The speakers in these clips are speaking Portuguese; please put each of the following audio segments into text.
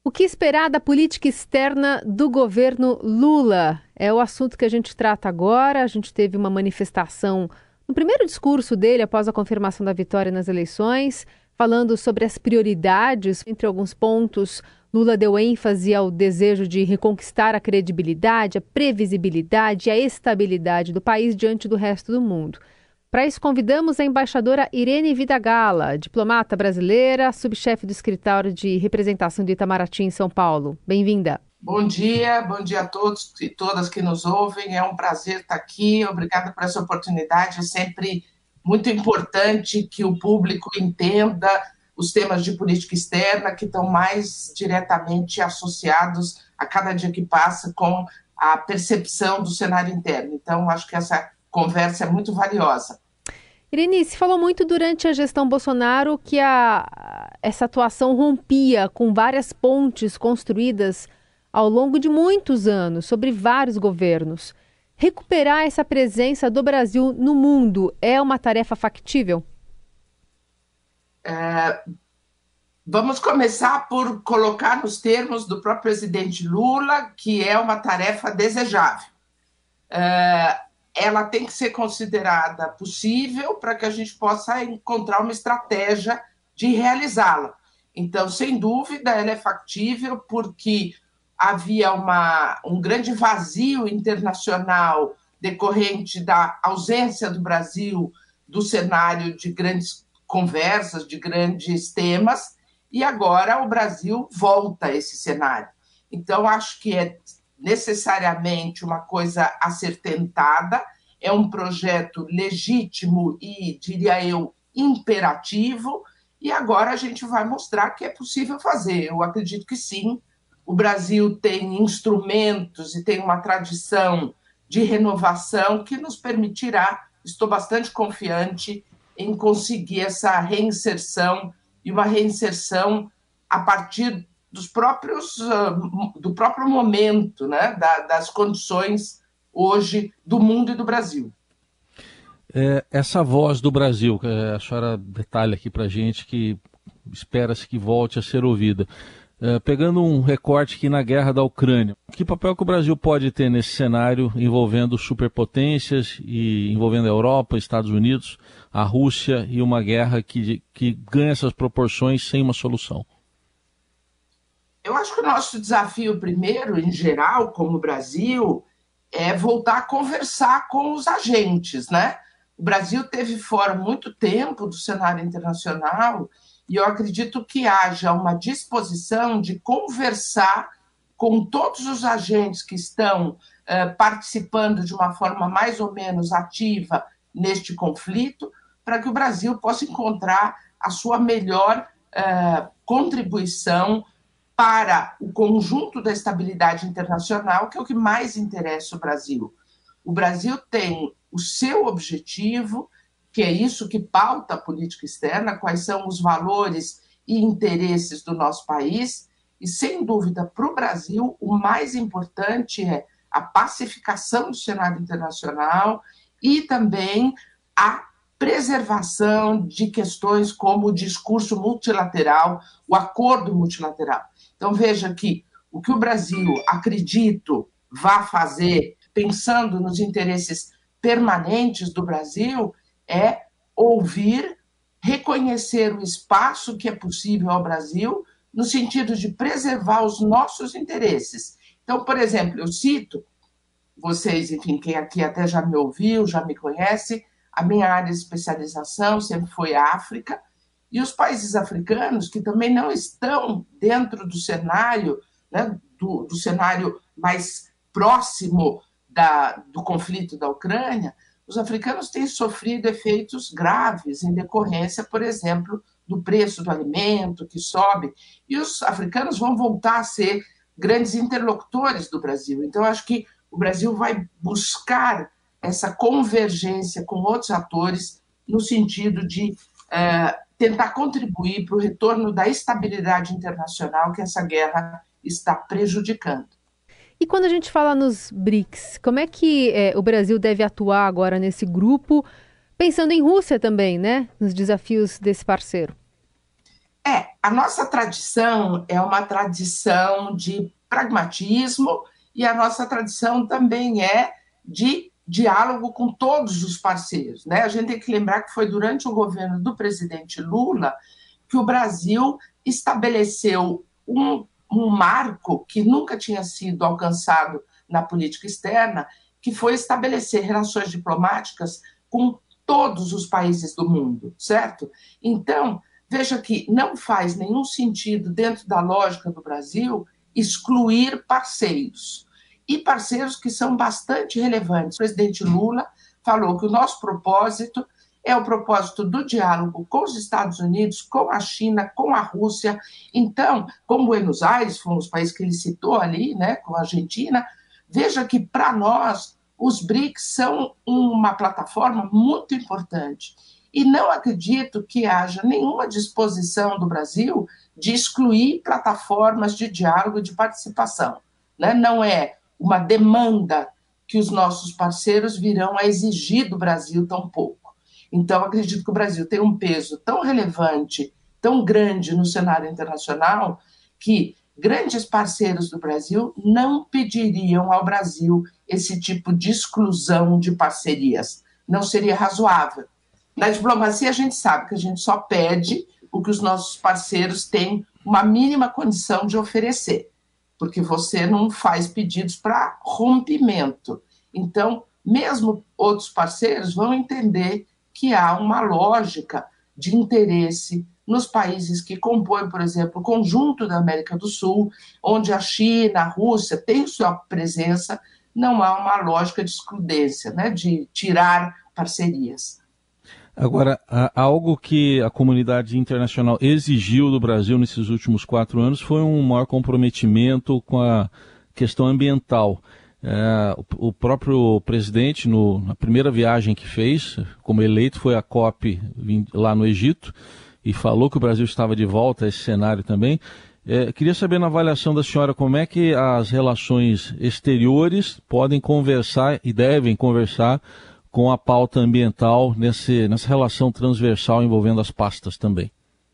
O que esperar da política externa do governo Lula? É o assunto que a gente trata agora. A gente teve uma manifestação no primeiro discurso dele após a confirmação da vitória nas eleições, falando sobre as prioridades. Entre alguns pontos, Lula deu ênfase ao desejo de reconquistar a credibilidade, a previsibilidade e a estabilidade do país diante do resto do mundo. Para isso, convidamos a embaixadora Irene Vidagallo, diplomata brasileira, subchefe do escritório de representação do Itamaraty em São Paulo. Bem-vinda. Bom dia a todos e todas que nos ouvem. É um prazer estar aqui. Obrigada por essa oportunidade. É sempre muito importante que o público entenda os temas de política externa que estão mais diretamente associados a cada dia que passa com a percepção do cenário interno. Então, acho que essa conversa é muito valiosa. Irene, se falou muito durante a gestão Bolsonaro que essa atuação rompia com várias pontes construídas ao longo de muitos anos, sobre vários governos. Recuperar essa presença do Brasil no mundo é uma tarefa factível? Vamos começar por colocar nos termos do próprio presidente Lula que é uma tarefa desejável. Ela tem que ser considerada possível para que a gente possa encontrar uma estratégia de realizá-la. Então, sem dúvida, ela é factível porque havia um grande vazio internacional decorrente da ausência do Brasil do cenário de grandes conversas, de grandes temas, e agora o Brasil volta a esse cenário. Então, acho que é necessariamente uma coisa a ser tentada, é um projeto legítimo e, diria eu, imperativo, e agora a gente vai mostrar que é possível fazer. Eu acredito que sim, o Brasil tem instrumentos e tem uma tradição de renovação que nos permitirá, estou bastante confiante, em conseguir essa reinserção, e uma reinserção a partir do próprio momento, né, das condições hoje do mundo e do Brasil. Essa voz do Brasil, a senhora detalha aqui para a gente que espera-se que volte a ser ouvida. Pegando um recorte aqui na guerra da Ucrânia, que papel que o Brasil pode ter nesse cenário envolvendo superpotências e envolvendo a Europa, Estados Unidos, a Rússia e uma guerra que ganha essas proporções sem uma solução? Eu acho que o nosso desafio primeiro, em geral, como Brasil, é voltar a conversar com os agentes, né? O Brasil teve fora muito tempo do cenário internacional e eu acredito que haja uma disposição de conversar com todos os agentes que estão participando de uma forma mais ou menos ativa neste conflito, para que o Brasil possa encontrar a sua melhor contribuição para o conjunto da estabilidade internacional, que é o que mais interessa o Brasil. O Brasil tem o seu objetivo, que é isso que pauta a política externa, quais são os valores e interesses do nosso país, e, sem dúvida, para o Brasil, o mais importante é a pacificação do cenário internacional e também a preservação de questões como o discurso multilateral, o acordo multilateral. Então, veja que o Brasil, acredito, vai fazer, pensando nos interesses permanentes do Brasil, é ouvir, reconhecer o espaço que é possível ao Brasil, no sentido de preservar os nossos interesses. Então, por exemplo, eu cito, vocês, enfim, quem aqui até já me ouviu, já me conhece, a minha área de especialização sempre foi a África, e os países africanos, que também não estão dentro do cenário, né, do cenário mais próximo do conflito da Ucrânia, os africanos têm sofrido efeitos graves em decorrência, por exemplo, do preço do alimento que sobe, e os africanos vão voltar a ser grandes interlocutores do Brasil. Então, acho que o Brasil vai buscar essa convergência com outros atores no sentido de tentar contribuir para o retorno da estabilidade internacional que essa guerra está prejudicando. E quando a gente fala nos BRICS, como é que o Brasil deve atuar agora nesse grupo, pensando em Rússia também, né? Nos desafios desse parceiro? A nossa tradição é uma tradição de pragmatismo e a nossa tradição também é de diálogo com todos os parceiros, né? A gente tem que lembrar que foi durante o governo do presidente Lula que o Brasil estabeleceu um marco que nunca tinha sido alcançado na política externa, que foi estabelecer relações diplomáticas com todos os países do mundo, certo? Então, veja que não faz nenhum sentido, dentro da lógica do Brasil, excluir parceiros. E parceiros que são bastante relevantes. O presidente Lula falou que o nosso propósito é o propósito do diálogo com os Estados Unidos, com a China, com a Rússia. Então, com Buenos Aires, foram os países que ele citou ali, né, com a Argentina. Veja que, para nós, os BRICS são uma plataforma muito importante. E não acredito que haja nenhuma disposição do Brasil de excluir plataformas de diálogo e de participação, né? Não é uma demanda que os nossos parceiros virão a exigir do Brasil tão pouco. Então, acredito que o Brasil tem um peso tão relevante, tão grande no cenário internacional, que grandes parceiros do Brasil não pediriam ao Brasil esse tipo de exclusão de parcerias. Não seria razoável. Na diplomacia, a gente sabe que a gente só pede o que os nossos parceiros têm uma mínima condição de oferecer, porque você não faz pedidos para rompimento. Então, mesmo outros parceiros vão entender que há uma lógica de interesse nos países que compõem, por exemplo, o conjunto da América do Sul, onde a China, a Rússia têm sua presença, não há uma lógica de excludência, né, de tirar parcerias. Agora, algo que a comunidade internacional exigiu do Brasil nesses últimos 4 anos foi um maior comprometimento com a questão ambiental. O próprio presidente, na primeira viagem que fez, como eleito, foi à COP lá no Egito e falou que o Brasil estava de volta a esse cenário também. Queria saber, na avaliação da senhora, como é que as relações exteriores podem conversar e devem conversar com a pauta ambiental nessa relação transversal envolvendo as pastas também.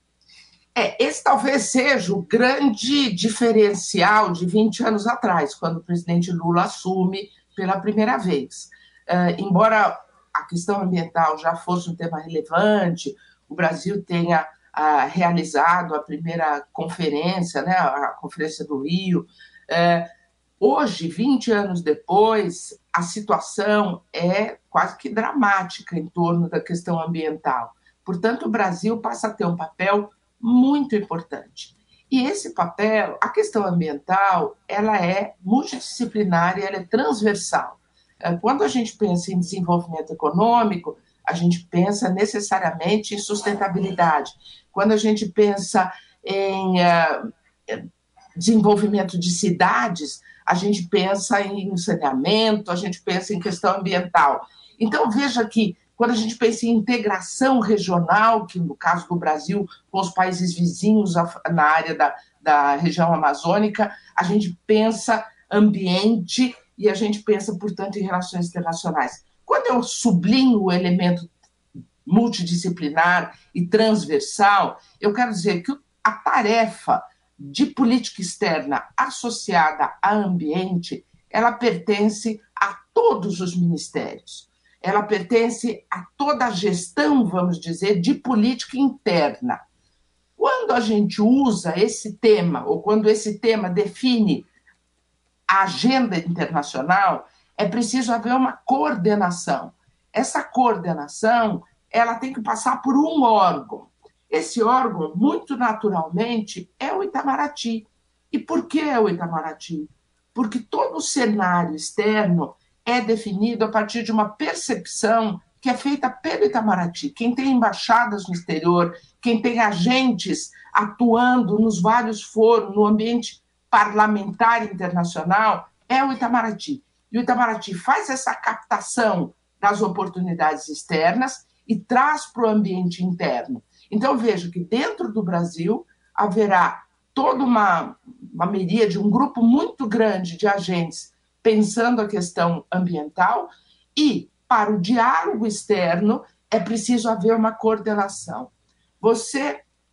Esse talvez seja o grande diferencial de 20 anos atrás, quando o presidente Lula assume pela primeira vez. Embora a questão ambiental já fosse um tema relevante, o Brasil tenha realizado a primeira conferência, né, a Conferência do Rio, hoje, 20 anos depois, a situação é quase que dramática em torno da questão ambiental. Portanto, o Brasil passa a ter um papel muito importante. E esse papel, a questão ambiental, ela é multidisciplinar e ela é transversal. Quando a gente pensa em desenvolvimento econômico, a gente pensa necessariamente em sustentabilidade. Quando a gente pensa em desenvolvimento de cidades, a gente pensa em saneamento, a gente pensa em questão ambiental. Então, veja que quando a gente pensa em integração regional, que no caso do Brasil, com os países vizinhos na área da região amazônica, a gente pensa ambiente e a gente pensa, portanto, em relações internacionais. Quando eu sublinho o elemento multidisciplinar e transversal, eu quero dizer que a tarefa de política externa associada a ambiente, ela pertence a todos os ministérios. Ela pertence a toda a gestão, vamos dizer, de política interna. Quando a gente usa esse tema, ou quando esse tema define a agenda internacional, é preciso haver uma coordenação. Essa coordenação, ela tem que passar por um órgão. Esse órgão, muito naturalmente, é o Itamaraty. E por que é o Itamaraty? Porque todo o cenário externo é definido a partir de uma percepção que é feita pelo Itamaraty. Quem tem embaixadas no exterior, quem tem agentes atuando nos vários fóruns, no ambiente parlamentar internacional, é o Itamaraty. E o Itamaraty faz essa captação das oportunidades externas e traz para o ambiente interno. Então, vejo que dentro do Brasil haverá toda uma miríade, um grupo muito grande de agentes pensando a questão ambiental e, para o diálogo externo, é preciso haver uma coordenação. Você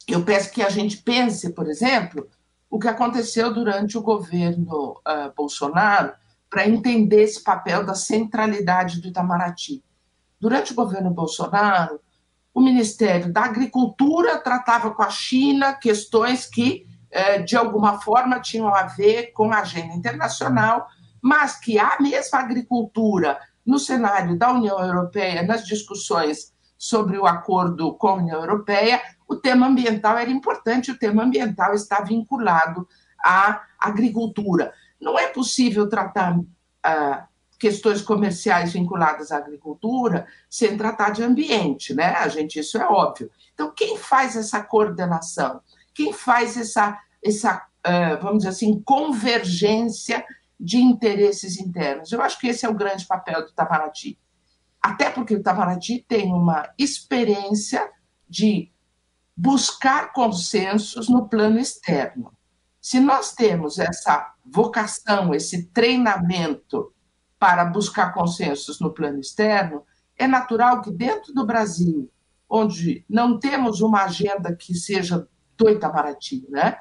eu peço que a gente pense, por exemplo, o que aconteceu durante o governo Bolsonaro, para entender esse papel da centralidade do Itamaraty. Durante o governo Bolsonaro, o Ministério da Agricultura tratava com a China questões que, de alguma forma, tinham a ver com a agenda internacional, mas que a mesma agricultura, no cenário da União Europeia, nas discussões sobre o acordo com a União Europeia, o tema ambiental era importante, o tema ambiental está vinculado à agricultura. Não é possível tratar questões comerciais vinculadas à agricultura sem tratar de ambiente, né? Isso é óbvio. Então, quem faz essa coordenação? Quem faz essa vamos dizer assim, convergência de interesses internos? Eu acho que esse é o grande papel do Itamaraty. Até porque o Itamaraty tem uma experiência de buscar consensos no plano externo. Se nós temos essa vocação, esse treinamento para buscar consensos no plano externo, é natural que dentro do Brasil, onde não temos uma agenda que seja do Itamaraty, né?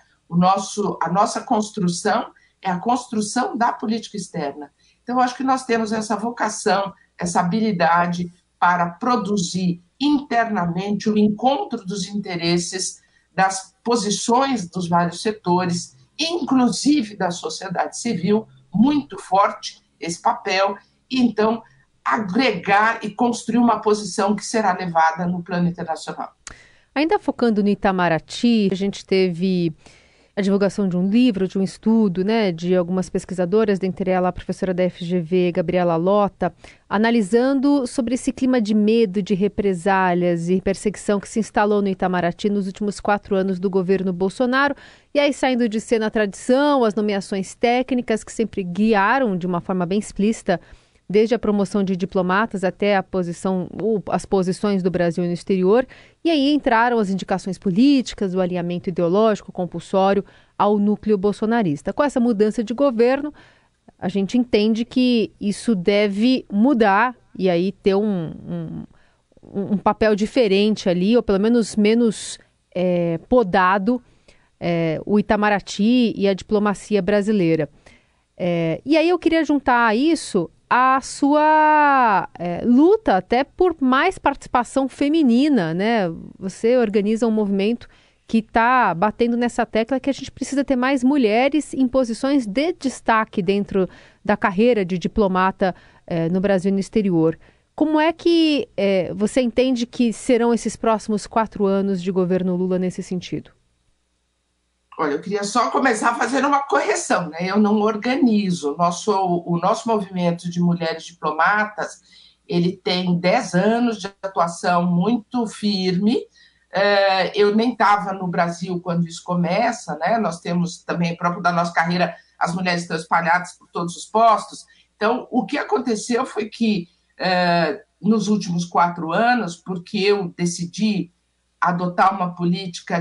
A nossa construção é a construção da política externa. Então, eu acho que nós temos essa vocação, essa habilidade para produzir internamente o encontro dos interesses, das posições dos vários setores, inclusive da sociedade civil, muito forte esse papel, e então agregar e construir uma posição que será levada no plano internacional. Ainda focando no Itamaraty, a gente teve a divulgação de um livro, de um estudo, né, de algumas pesquisadoras, dentre elas a professora da FGV, Gabriela Lota, analisando sobre esse clima de medo, de represálias e perseguição que se instalou no Itamaraty nos últimos 4 anos do governo Bolsonaro, e aí saindo de cena a tradição, as nomeações técnicas que sempre guiaram de uma forma bem explícita, desde a promoção de diplomatas até as posições do Brasil no exterior, e aí entraram as indicações políticas, o alinhamento ideológico compulsório ao núcleo bolsonarista. Com essa mudança de governo, a gente entende que isso deve mudar e aí ter um papel diferente ali, ou pelo menos menos podado, o Itamaraty e a diplomacia brasileira. E aí eu queria juntar a isso a sua luta até por mais participação feminina, né? Você organiza um movimento que está batendo nessa tecla que a gente precisa ter mais mulheres em posições de destaque dentro da carreira de diplomata no Brasil e no exterior. Como é que você entende que serão esses próximos 4 anos de governo Lula nesse sentido? Olha, eu queria só começar fazendo uma correção, né? Eu não organizo. O nosso movimento de mulheres diplomatas, ele tem 10 anos de atuação muito firme. Eu nem estava no Brasil quando isso começa, né? Nós temos também, próprio da nossa carreira, as mulheres estão espalhadas por todos os postos. Então, o que aconteceu foi que, nos últimos 4 anos, porque eu decidi adotar uma política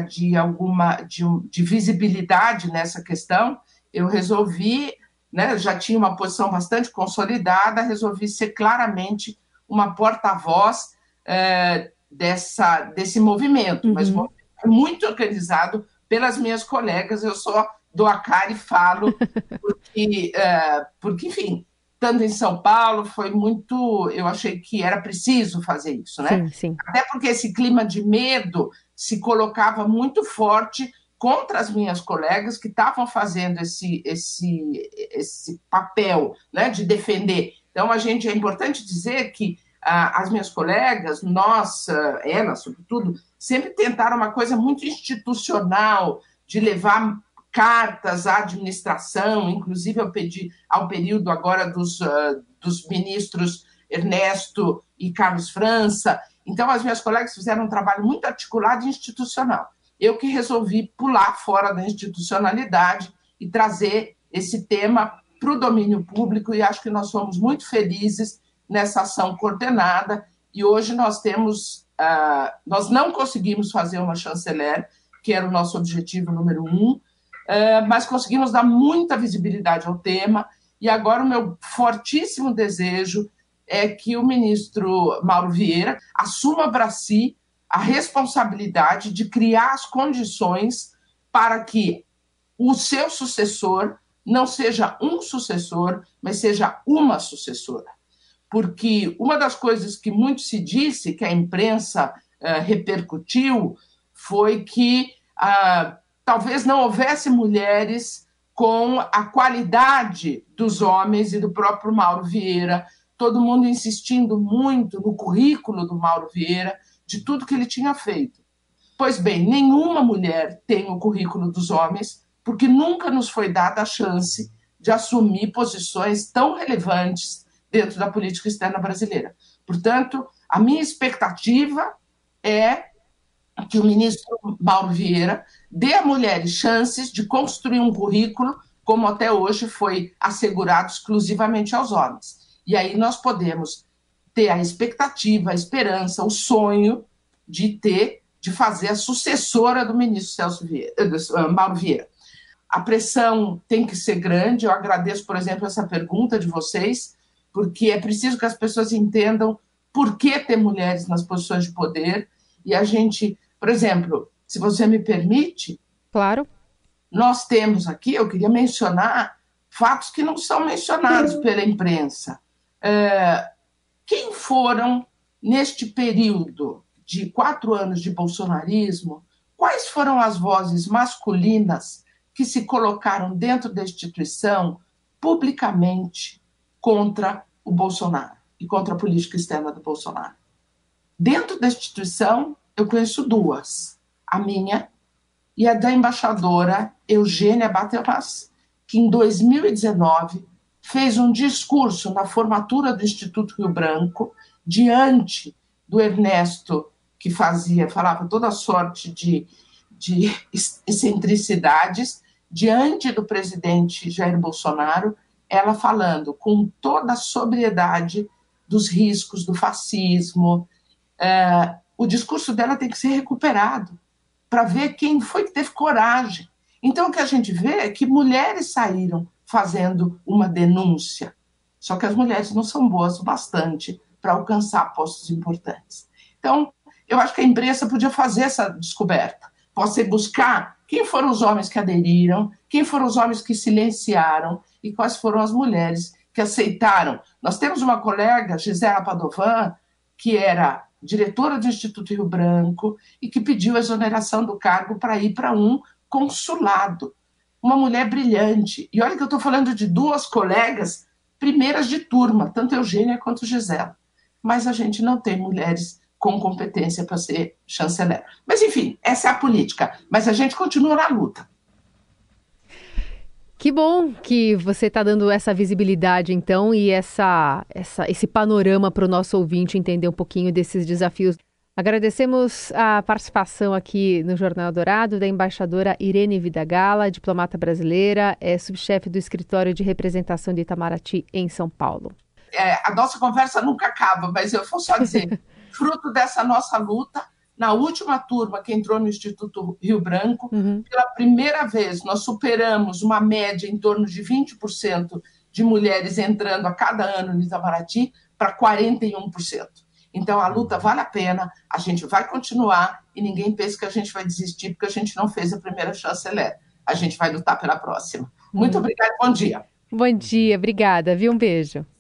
de visibilidade nessa questão, eu resolvi, né, já tinha uma posição bastante consolidada, resolvi ser claramente uma porta-voz desse movimento, mas um movimento muito organizado pelas minhas colegas, eu só dou a cara e falo, porque enfim, estando em São Paulo, eu achei que era preciso fazer isso, né? Sim, sim. Até porque esse clima de medo se colocava muito forte contra as minhas colegas que estavam fazendo esse papel, né, de defender. Então, é importante dizer que as minhas colegas, elas, sobretudo, sempre tentaram uma coisa muito institucional, de levar cartas à administração, inclusive ao período agora dos ministros Ernesto e Carlos França. Então, as minhas colegas fizeram um trabalho muito articulado e institucional. Eu que resolvi pular fora da institucionalidade e trazer esse tema para o domínio público, e acho que nós somos muito felizes nessa ação coordenada, e hoje nós não conseguimos fazer uma chanceler, que era o nosso objetivo número 1, mas conseguimos dar muita visibilidade ao tema, e agora o meu fortíssimo desejo é que o ministro Mauro Vieira assuma para si a responsabilidade de criar as condições para que o seu sucessor não seja um sucessor, mas seja uma sucessora. Porque uma das coisas que muito se disse, que a imprensa repercutiu, foi que talvez não houvesse mulheres com a qualidade dos homens e do próprio Mauro Vieira, todo mundo insistindo muito no currículo do Mauro Vieira, de tudo que ele tinha feito. Pois bem, nenhuma mulher tem o currículo dos homens, porque nunca nos foi dada a chance de assumir posições tão relevantes dentro da política externa brasileira. Portanto, a minha expectativa é que o ministro Mauro Vieira dê a mulheres chances de construir um currículo, como até hoje foi assegurado exclusivamente aos homens. E aí nós podemos ter a expectativa, a esperança, o sonho de fazer a sucessora do ministro Mauro Vieira. A pressão tem que ser grande. Eu agradeço, por exemplo, essa pergunta de vocês, porque é preciso que as pessoas entendam por que ter mulheres nas posições de poder. E a gente, por exemplo, se você me permite, claro, nós temos aqui, eu queria mencionar fatos que não são mencionados pela imprensa. Quem foram, neste período de 4 anos de bolsonarismo, quais foram as vozes masculinas que se colocaram dentro da instituição publicamente contra o Bolsonaro e contra a política externa do Bolsonaro? Dentro da instituição, eu conheço 2, a minha e a da embaixadora Eugênia Baterras, que em 2019 fez um discurso na formatura do Instituto Rio Branco, diante do Ernesto, que falava toda sorte de excentricidades, diante do presidente Jair Bolsonaro, ela falando com toda a sobriedade dos riscos do fascismo. O discurso dela tem que ser recuperado para ver quem foi que teve coragem. Então, o que a gente vê é que mulheres saíram fazendo uma denúncia, só que as mulheres não são boas o bastante para alcançar postos importantes. Então, eu acho que a imprensa podia fazer essa descoberta, pode buscar quem foram os homens que aderiram, quem foram os homens que silenciaram e quais foram as mulheres que aceitaram. Nós temos uma colega, Gisela Padovan, que era diretora do Instituto Rio Branco e que pediu a exoneração do cargo para ir para um consulado. Uma mulher brilhante. E olha que eu estou falando de 2 colegas primeiras de turma, tanto Eugênia quanto Gisela. Mas a gente não tem mulheres com competência para ser chanceler. Mas, enfim, essa é a política. Mas a gente continua na luta. Que bom que você está dando essa visibilidade, então, e esse panorama para o nosso ouvinte entender um pouquinho desses desafios. Agradecemos a participação aqui no Jornal Dourado da embaixadora Irene Vidagallo, diplomata brasileira, subchefe do Escritório de Representação de Itamaraty em São Paulo. A nossa conversa nunca acaba, mas eu vou só dizer, fruto dessa nossa luta, na última turma que entrou no Instituto Rio Branco, pela primeira vez nós superamos uma média em torno de 20% de mulheres entrando a cada ano no Itamaraty para 41%. Então, a luta vale a pena, a gente vai continuar e ninguém pensa que a gente vai desistir porque a gente não fez a primeira chanceler. A gente vai lutar pela próxima. Muito obrigada, bom dia. Bom dia, obrigada, viu? Um beijo.